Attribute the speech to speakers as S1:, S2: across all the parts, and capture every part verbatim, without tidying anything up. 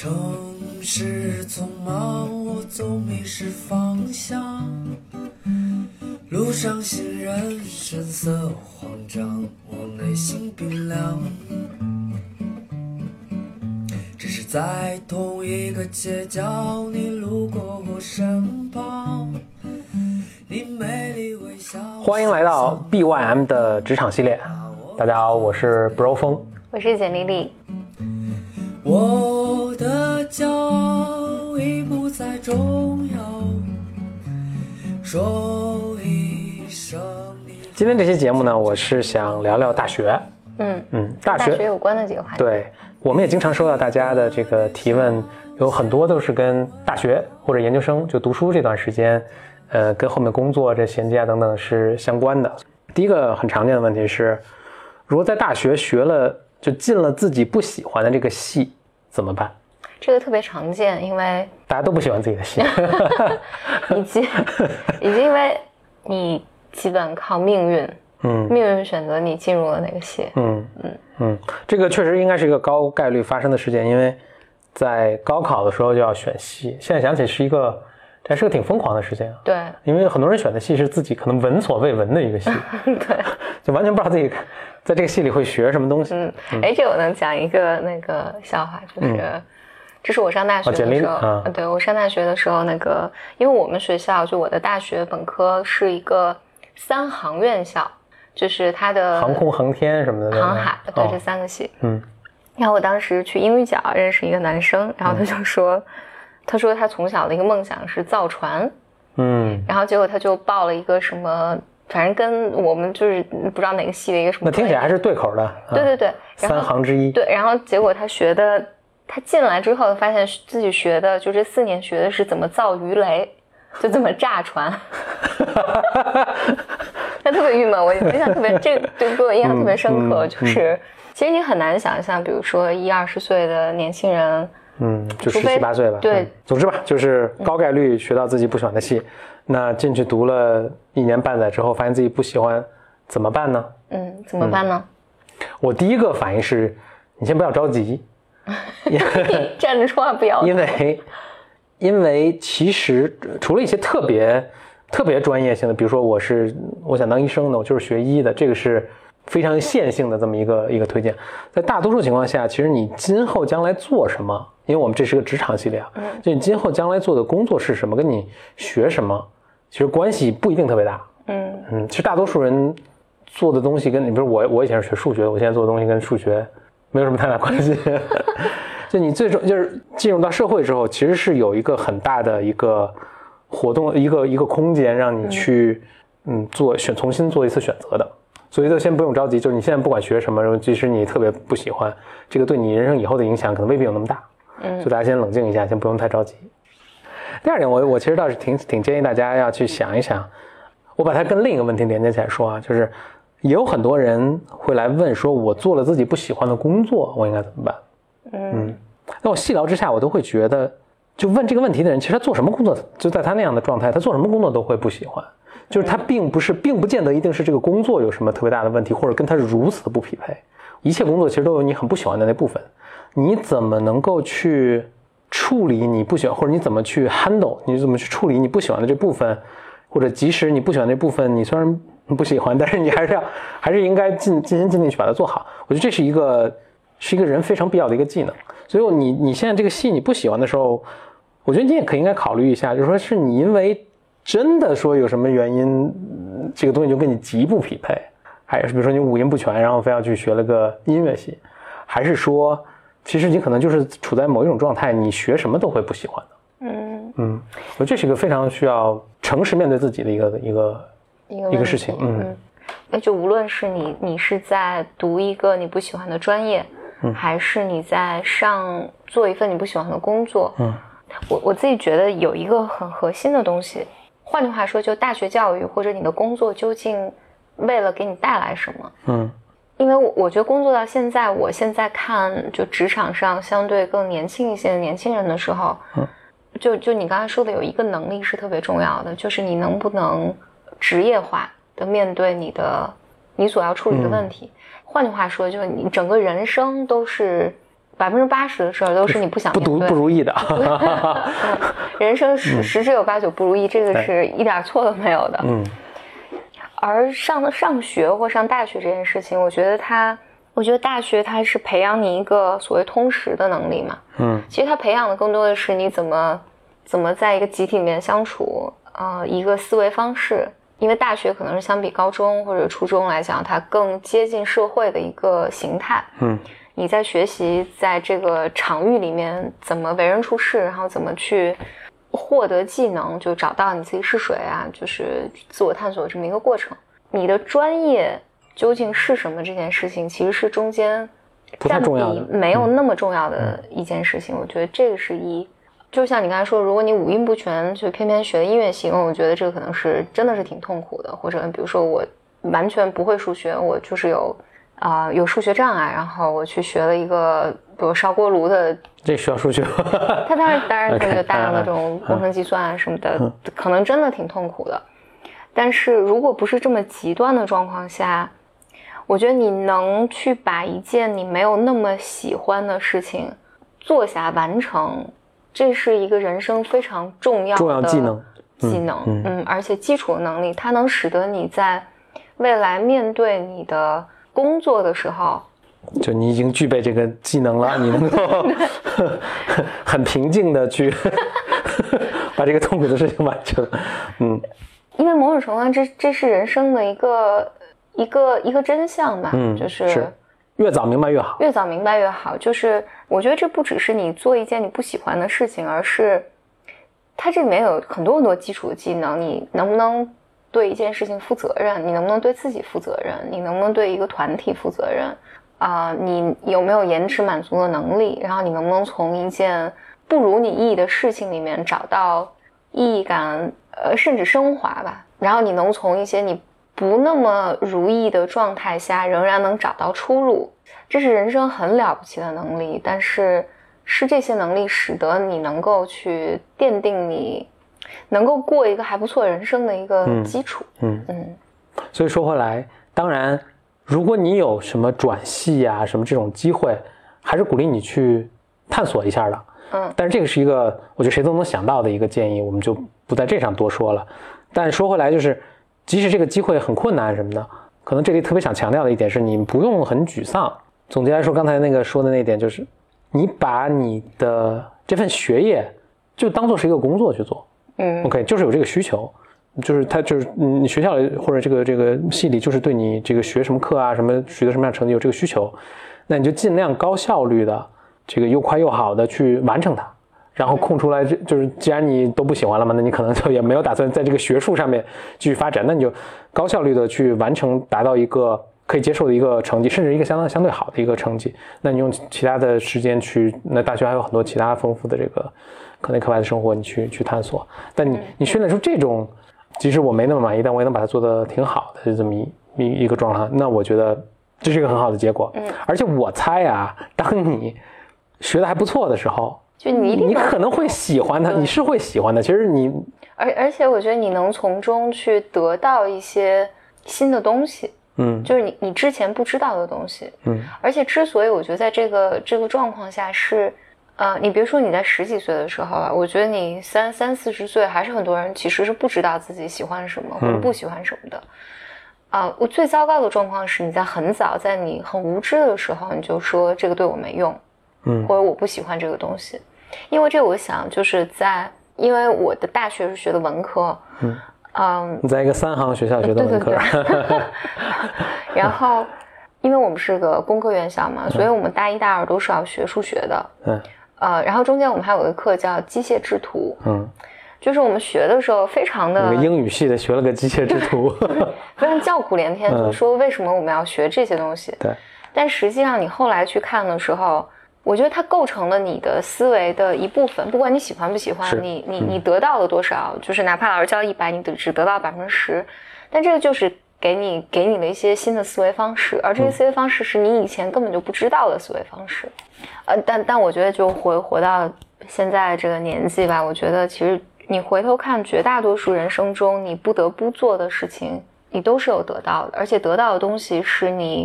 S1: 城市匆忙，我总迷失方向，路上行人神色慌张，我内心冰凉。只是在同一个街角，你路过我身旁，你美丽微笑。
S2: 欢迎来到 B Y M 的职场系列。大家好，我是 Bro 风，
S3: 我是简丽丽。
S1: 我的骄傲已不再重要，说一声你。
S2: 今天这期节目呢，我是想聊聊大学。
S3: 嗯
S2: 嗯，大学
S3: 大学有关的几个话题。
S2: 对，我们也经常收到大家的这个提问，有很多都是跟大学或者研究生就读书这段时间，呃，跟后面工作这衔接啊等等是相关的。第一个很常见的问题是，如果在大学学了就进了自己不喜欢的这个系怎么办？
S3: 这个特别常见，因为
S2: 大家都不喜欢自己的系
S3: 以及以及因为你基本靠命运，嗯，命运选择你进入了哪个系。
S2: 嗯嗯嗯，这个确实应该是一个高概率发生的事件，因为在高考的时候就要选系，现在想起是一个这是个挺疯狂的事情。
S3: 对，
S2: 因为很多人选的系是自己可能闻所未闻的一个系
S3: 对，
S2: 就完全不知道自己在这个系里会学什么东西。
S3: 嗯，哎，这我能讲一个那个笑话，就是、嗯、这是我上大学的时候，
S2: 哦、
S3: 对我上大学的时候，那个因为我们学校就我的大学本科是一个三航院校，就是它的
S2: 航空航天什么的，
S3: 航海，对、哦、这三个系。嗯，然后我当时去英语角认识一个男生，然后他就说、嗯、他说他从小的一个梦想是造船，嗯，然后结果他就报了一个什么，反正跟我们就是不知道哪个系的一个什么，
S2: 那听起来还是对口的。
S3: 对对对，
S2: 三行之一。
S3: 对，然后结果他学的，他进来之后发现自己学的就这四年学的是怎么造鱼雷，就这么炸船。他特别郁闷，我印象特别，这个对给我印象特别深刻，嗯、就是、嗯、其实你很难想象，比如说一二十岁的年轻人，
S2: 嗯，就十七八岁吧，
S3: 对、
S2: 嗯，总之吧，就是高概率学到自己不喜欢的系。嗯，那进去读了一年半载之后，发现自己不喜欢，怎么办呢？
S3: 嗯，怎么办呢？
S2: 嗯、我第一个反应是，你先不要着急，
S3: 站着说话不要，
S2: 因为，因为其实除了一些特别特别专业性的，比如说我是我想当医生的，我就是学医的，这个是非常线性的这么一个一个推荐。在大多数情况下，其实你今后将来做什么？因为我们这是个职场系列啊，嗯，就你今后将来做的工作是什么，跟你学什么，其实关系不一定特别大。嗯嗯，其实大多数人做的东西跟你，比如我，我以前是学数学，我现在做的东西跟数学没有什么太大关系。就你最终就是进入到社会之后，其实是有一个很大的一个活动，一个一个空间让你去嗯做选重新做一次选择的。所以就先不用着急，就是你现在不管学什么，即使你特别不喜欢，这个对你人生以后的影响可能未必有那么大。嗯，所以大家先冷静一下，先不用太着急。第二点，我我其实倒是挺挺建议大家要去想一想，我把它跟另一个问题连接起来说啊，就是也有很多人会来问说，我做了自己不喜欢的工作，我应该怎么办？嗯，嗯那我细聊之下，我都会觉得，就问这个问题的人，其实他做什么工作，就在他那样的状态，他做什么工作都会不喜欢。就是他并不是，并不见得一定是这个工作有什么特别大的问题，或者跟他是如此的不匹配。一切工作其实都有你很不喜欢的那部分，你怎么能够去处理你不喜欢，或者你怎么去 handle， 你怎么去处理你不喜欢的这部分，或者即使你不喜欢这部分，你虽然不喜欢，但是你还是要，还是应该尽尽心尽力去把它做好。我觉得这是一个是一个人非常必要的一个技能。所以你你现在这个戏你不喜欢的时候，我觉得你也可以应该考虑一下，就是说是你因为真的说有什么原因，这个东西就跟你极不匹配，还是比如说你五音不全，然后非要去学了个音乐系，还是说其实你可能就是处在某一种状态，你学什么都会不喜欢的。嗯嗯，我觉得这是一个非常需要诚实面对自己的一个一个一个一个事情。嗯，
S3: 那就无论是你你是在读一个你不喜欢的专业，嗯，还是你在上做一份你不喜欢的工作，嗯，我我自己觉得有一个很核心的东西。换句话说，就大学教育或者你的工作究竟为了给你带来什么？嗯，因为我我觉得工作到现在，我现在看就职场上相对更年轻一些的年轻人的时候，嗯，就就你刚才说的有一个能力是特别重要的，就是你能不能职业化的面对你的你所要处理的问题。嗯，换句话说，就是你整个人生都是百分之八十的事儿都是你不想
S2: 不读不如意的。
S3: 人生十十之有八九不如意，这个是一点错都没有的。
S2: 嗯。
S3: 而上上学或上大学这件事情，我觉得它，我觉得大学它是培养你一个所谓通识的能力嘛。嗯。其实它培养的更多的是你怎么怎么在一个集体里面相处，呃，一个思维方式。因为大学可能是相比高中或者初中来讲，它更接近社会的一个形态。嗯。你在学习在这个场域里面怎么为人处事，然后怎么去获得技能，就找到你自己是谁啊，就是自我探索这么一个过程。你的专业究竟是什么这件事情，其实是中间占比没有那么重要的一件事情。嗯、我觉得这个是一，就像你刚才说，如果你五音不全，就偏偏学的音乐系，我觉得这个可能是真的是挺痛苦的。或者比如说我完全不会数学，我就是有啊、呃、有数学障碍，然后我去学了一个比如烧锅炉的，
S2: 这需要数学。
S3: 他当然当然他有大量的这种工程计算啊什么的， okay, 可能真的挺痛苦的。但是如果不是这么极端的状况下，我觉得你能去把一件你没有那么喜欢的事情做下完成，这是一个人生非常重要的
S2: 重要技能
S3: 技能 嗯, 嗯，而且基础的能力，它能使得你在未来面对你的工作的时候，
S2: 就你已经具备这个技能了，你能够很平静的去把这个痛苦的事情完成。嗯，
S3: 因为某种程度上，这这是人生的一个一个一个真相嘛。嗯，就是
S2: 是越早明白越好，
S3: 越早明白越好。就是我觉得这不只是你做一件你不喜欢的事情，而是它这里面有很多很多基础的技能，你能不能对一件事情负责任，你能不能对自己负责任，你能不能对一个团体负责任啊、呃？你有没有延迟满足的能力，然后你能不能从一件不如你意义的事情里面找到意义感，呃，甚至升华吧。然后你能从一些你不那么如意的状态下仍然能找到出路，这是人生很了不起的能力。但是是这些能力使得你能够去奠定你能够过一个还不错人生的一个基础。嗯 嗯, 嗯，
S2: 所以说回来，当然如果你有什么转系啊什么这种机会，还是鼓励你去探索一下的。嗯，但是这个是一个我觉得谁都能想到的一个建议，我们就不在这上多说了。但说回来，就是即使这个机会很困难什么的，可能这里特别想强调的一点是，你不用很沮丧。总结来说，刚才那个说的那点就是，你把你的这份学业就当做是一个工作去做。嗯 ，OK， 就是有这个需求，就是他就是你学校里或者这个这个系里，就是对你这个学什么课啊，什么取得什么样的成绩有这个需求，那你就尽量高效率的。这个又快又好的去完成它，然后空出来，就是既然你都不喜欢了嘛，那你可能就也没有打算在这个学术上面继续发展，那你就高效率的去完成，达到一个可以接受的一个成绩，甚至一个相当相对好的一个成绩。那你用其他的时间去，那大学还有很多其他丰富的这个课内课外的生活，你去去探索。但你你训练出这种，即使我没那么满意，但我也能把它做得挺好的这么一一一个状态，那我觉得这是一个很好的结果。嗯，而且我猜啊，当你学的还不错的时候，
S3: 就你一定
S2: 你可能会喜欢它，你是会喜欢的。其实你，
S3: 而而且我觉得你能从中去得到一些新的东西，嗯，就是你你之前不知道的东西，嗯。而且之所以我觉得在这个这个状况下是，呃，你别说你在十几岁的时候啊，我觉得你三三四十岁还是很多人其实是不知道自己喜欢什么或者不喜欢什么的。啊、嗯呃，我最糟糕的状况是你在很早，在你很无知的时候，你就说这个对我没用。嗯，或者我不喜欢这个东西，因为这我想就是在，因为我的大学是学的文科，嗯嗯，
S2: 你在一个三行学校学的文科，
S3: 对对对然后因为我们是个工科院校嘛，所以我们大一大二都是要学数学的，嗯，呃，然后中间我们还有一个课叫机械制图，嗯，就是我们学的时候非常的，
S2: 那个英语系的学了个机械制图，
S3: 非常叫苦连天，就说为什么我们要学这些东西？
S2: 对，
S3: 但实际上你后来去看的时候。我觉得它构成了你的思维的一部分，不管你喜欢不喜欢，你你你得到了多少，就是哪怕老师教一百，你只得到百分之十，但这个就是给你给你的一些新的思维方式，而这些思维方式是你以前根本就不知道的思维方式。呃，但但我觉得就活活到现在这个年纪吧，我觉得其实你回头看绝大多数人生中你不得不做的事情，你都是有得到的，而且得到的东西是你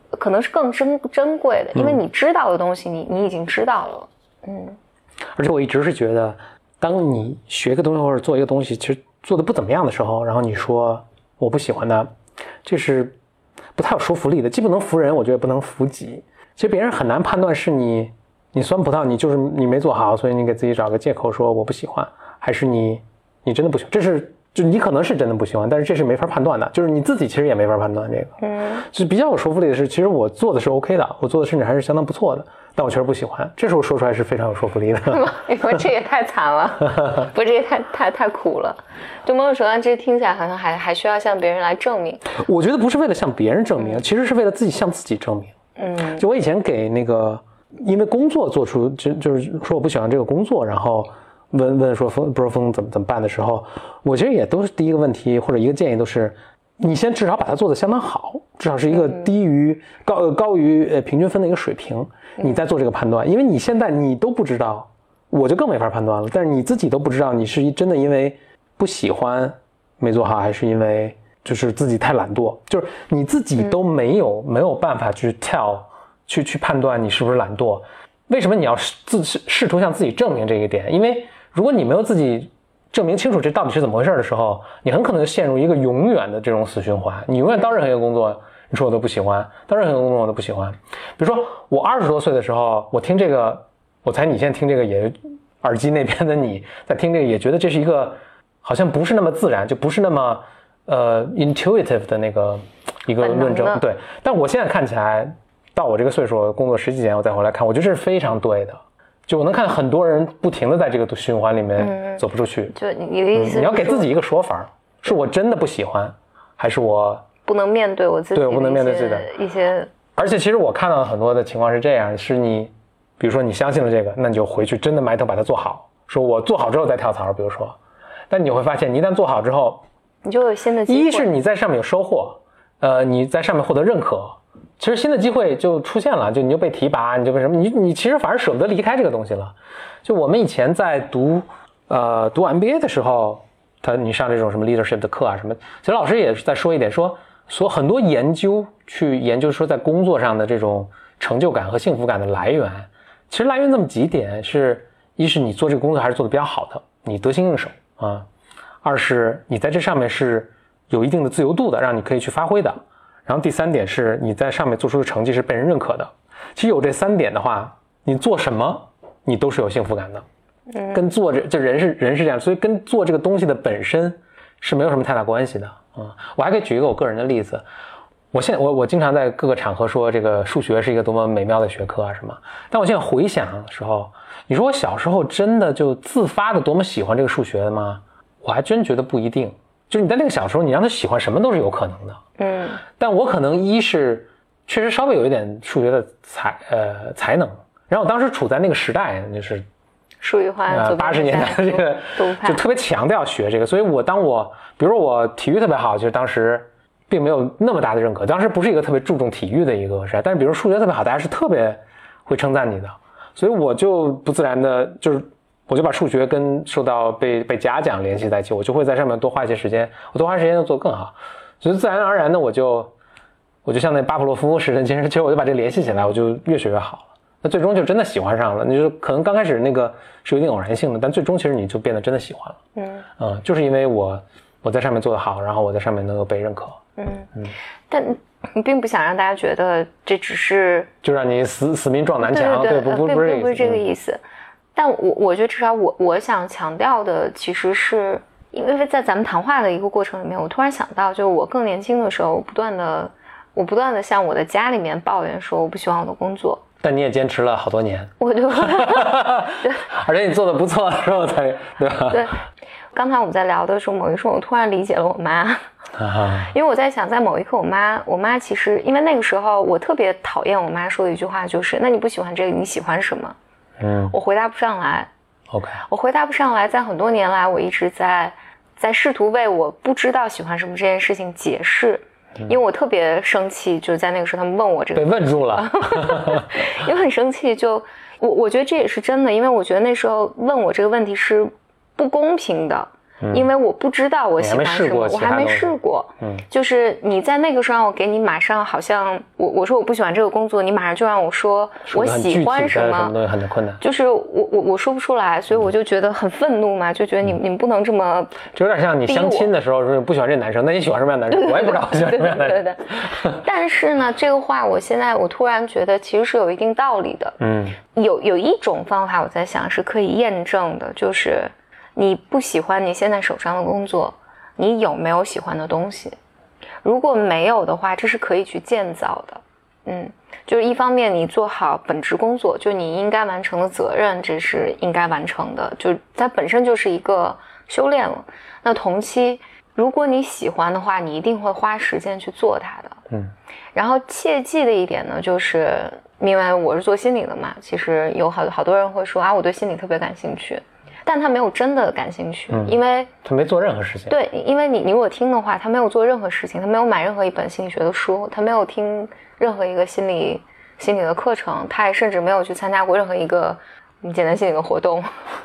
S3: 可能是更珍珍贵的，因为你知道的东西你，你你已经知道了。嗯，
S2: 而且我一直是觉得，当你学个东西或者做一个东西，其实做的不怎么样的时候，然后你说我不喜欢它，这是不太有说服力的，既不能服人，我觉得也不能服己。其实别人很难判断是你你酸葡萄，你就是你没做好，所以你给自己找个借口说我不喜欢，还是你你真的不喜欢，这是。就你可能是真的不喜欢，但是这是没法判断的，就是你自己其实也没法判断这个。嗯，就比较有说服力的是，其实我做的是 OK 的，我做的甚至还是相当不错的，但我确实不喜欢。这时候说出来是非常有说服力的。
S3: 你说这也太惨了，不，这也太太太苦了。就某种程度上，这听起来好像还还需要向别人来证明。
S2: 我觉得不是为了向别人证明，其实是为了自己向自己证明。嗯，就我以前给那个，因为工作做出就就是说我不喜欢这个工作，然后。问问说风不知道风怎么怎么办的时候，我觉得也都是第一个问题或者一个建议都是，你先至少把它做得相当好，至少是一个低于高呃高于呃平均分的一个水平，你再做这个判断，因为你现在你都不知道，我就更没法判断了。但是你自己都不知道你是真的因为不喜欢没做好，还是因为就是自己太懒惰，就是你自己都没有、嗯、没有办法去 tell 去去判断你是不是懒惰。为什么你要自试图向自己证明这一点？因为如果你没有自己证明清楚这到底是怎么回事的时候，你很可能陷入一个永远的这种死循环。你永远到任何一个工作，你说我都不喜欢，到任何一个工作我都不喜欢。比如说我二十多岁的时候，我听这个，我猜你现在听这个也，耳机那边的你在听这个也觉得这是一个好像不是那么自然，就不是那么呃 intuitive 的那个一个论证。对，但我现在看起来，到我这个岁数，工作十几年，我再回来看，我觉得这是非常对的。就我能看很多人不停的在这个循环里面走不出去。嗯、
S3: 就你的意思、嗯，
S2: 你要给自己一个说法，是我真的不喜欢，还是我
S3: 不能面对我自己？
S2: 对，我不能面对自己的
S3: 一些。
S2: 而且其实我看到很多的情况是这样：是你，比如说你相信了这个，那你就回去真的埋头把它做好。说我做好之后再跳槽，比如说，但你会发现，你一旦做好之后，
S3: 你就有新的机会。
S2: 一是你在上面有收获，呃，你在上面获得认可。其实新的机会就出现了，就你就被提拔，你就为什么你你其实反而舍不得离开这个东西了。就我们以前在读呃读 M B A 的时候，他你上这种什么 leadership 的课啊什么，其实老师也是在说一点，说说很多研究去研究说在工作上的这种成就感和幸福感的来源，其实来源这么几点：是一是你做这个工作还是做得比较好的，你得心应手啊；二是你在这上面是有一定的自由度的，让你可以去发挥的。然后第三点是你在上面做出的成绩是被人认可的。其实有这三点的话，你做什么你都是有幸福感的。嗯，跟做这这人是人是这样，所以跟做这个东西的本身是没有什么太大关系的。嗯，我还可以举一个我个人的例子。我现在我我经常在各个场合说这个数学是一个多么美妙的学科啊什么。但我现在回想的时候，你说我小时候真的就自发的多么喜欢这个数学的吗？我还真觉得不一定。就是你在那个小时候，你让他喜欢什么都是有可能的。嗯，但我可能一是确实稍微有一点数学的才呃才能，然后我当时处在那个时代，就是
S3: 数语化
S2: 呃八十年代的这个就特别强调学这个，所以我当我比如说我体育特别好，其实当时并没有那么大的认可，当时不是一个特别注重体育的一个时代，但是比如数学特别好，大家是特别会称赞你的，所以我就不自然的就是。我就把数学跟受到被被嘉奖联系在一起，我就会在上面多花一些时间，我多花时间就做得更好，所以自然而然的我就我就像那巴甫洛夫实证精神，其实我就把这个联系起来，我就越学越好了。那最终就真的喜欢上了。你就可能刚开始那个是有一定偶然性的，但最终其实你就变得真的喜欢了。嗯嗯，就是因为我我在上面做得好，然后我在上面能够被认可。嗯嗯，
S3: 但你并不想让大家觉得这只是就
S2: 让你死死命撞南墙，
S3: 对对
S2: 对，不不
S3: 不是不是这个意思。但我我觉得至少我我想强调的其实是，因为在咱们谈话的一个过程里面，我突然想到，就我更年轻的时候，我不断的我不断的向我的家里面抱怨说我不喜欢我的工作。
S2: 但你也坚持了好多年，
S3: 我就对，
S2: 而且你做的不错的时候才对吧？
S3: 对，刚才我们在聊的时候，某一瞬我突然理解了我妈，啊、因为我在想，在某一刻，我妈我妈其实因为那个时候我特别讨厌我妈说的一句话，就是那你不喜欢这个，你喜欢什么？嗯，我回答不上来。
S2: OK，
S3: 我回答不上来。在很多年来，我一直在在试图为我不知道喜欢什么这件事情解释，嗯、因为我特别生气，就是在那个时候他们问我这个，
S2: 被问住了，
S3: 因为很生气。就我我觉得这也是真的，因为我觉得那时候问我这个问题是不公平的， 嗯、因为我不知道我喜欢什么，我还没试过。嗯，就是你在那个时候让我给你马上好像我我说我不喜欢这个工作，你马上就让我说我喜欢什么，
S2: 什么东西很困难，
S3: 就是我我我说不出来，所以我就觉得很愤怒嘛，就觉得你、嗯、你们不能这么，
S2: 就有点像你相亲的时候说不喜欢这男生，那你喜欢什么样的男生？我也不知道我喜欢什么样的男生。
S3: 对对对。但是呢，这个话我现在我突然觉得其实是有一定道理的。嗯，有有一种方法我在想是可以验证的，就是你不喜欢你现在手上的工作，你有没有喜欢的东西？如果没有的话，这是可以去建造的。嗯，就是一方面你做好本职工作，就你应该完成的责任，这是应该完成的，就它本身就是一个修炼了。那同期如果你喜欢的话，你一定会花时间去做它的。嗯，然后切记的一点呢，就是因为我是做心理的嘛，其实有好好多人会说啊，我对心理特别感兴趣，但他没有真的感兴趣，嗯、因为
S2: 他没做任何事情。
S3: 对，因为你你如果听的话，他没有做任何事情，他没有买任何一本心理学的书，他没有听任何一个心理心理的课程，他也甚至没有去参加过任何一个简单心理的活动。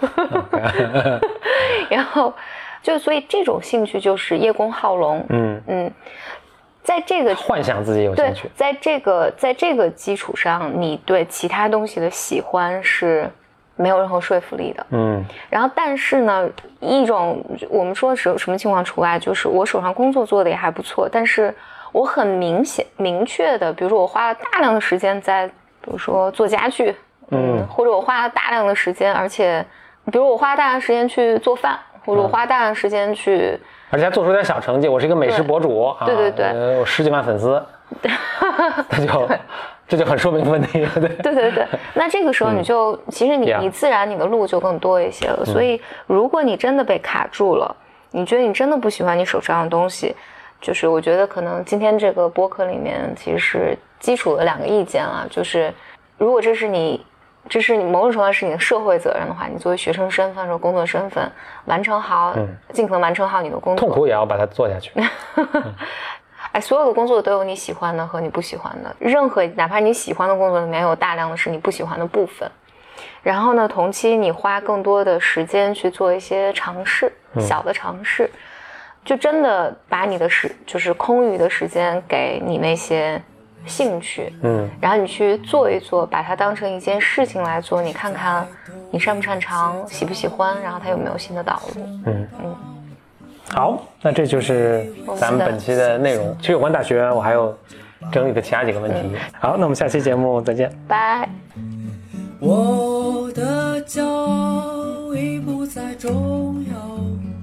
S3: 然后就所以这种兴趣就是叶公好龙。嗯嗯。在这个
S2: 幻想自己有兴趣，
S3: 在这个在这个基础上，你对其他东西的喜欢是没有任何说服力的。嗯，然后但是呢，一种我们说的是什么情况除外，就是我手上工作做的也还不错，但是我很明显明确的，比如说我花了大量的时间在，比如说做家具，嗯，嗯或者我花了大量的时间，而且比如我花了大量的时间去做饭，或者我花大量的时间去。
S2: 而且还做出点小成绩，我是一个美食博主啊，
S3: 对对对，
S2: 呃、我十几万粉丝，那就这就很说明问题，对
S3: 对对对。那这个时候你就、嗯、其实你你自然你的路就更多一些了。嗯、所以如果你真的被卡住了，你觉得你真的不喜欢你手上的东西，就是我觉得可能今天这个播客里面其实是基础的两个意见啊，就是如果这是你。这是你某种程度上是你的社会责任的话，你作为学生身份或者工作身份，完成好，嗯、尽可能完成好你的工作，
S2: 痛苦也要把它做下去。
S3: 嗯、哎，所有的工作都有你喜欢的和你不喜欢的，任何哪怕你喜欢的工作里面有大量的是你不喜欢的部分。然后呢，同期你花更多的时间去做一些尝试，嗯、小的尝试，就真的把你的时就是空余的时间给你那些。兴趣，嗯，然后你去做一做，把它当成一件事情来做，你看看你擅不擅长，喜不喜欢，然后它有没有新的导入，嗯嗯。
S2: 好，那这就是咱们本期的内容。其实有关大学，我还有整理的其他几个问题。嗯、好，那我们下期节目再见，
S3: 拜。
S1: 我的骄傲已不再重要，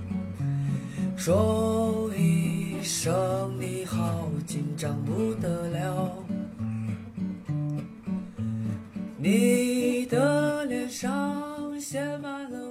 S1: 说一声你好，紧张不得了。你的脸上写满了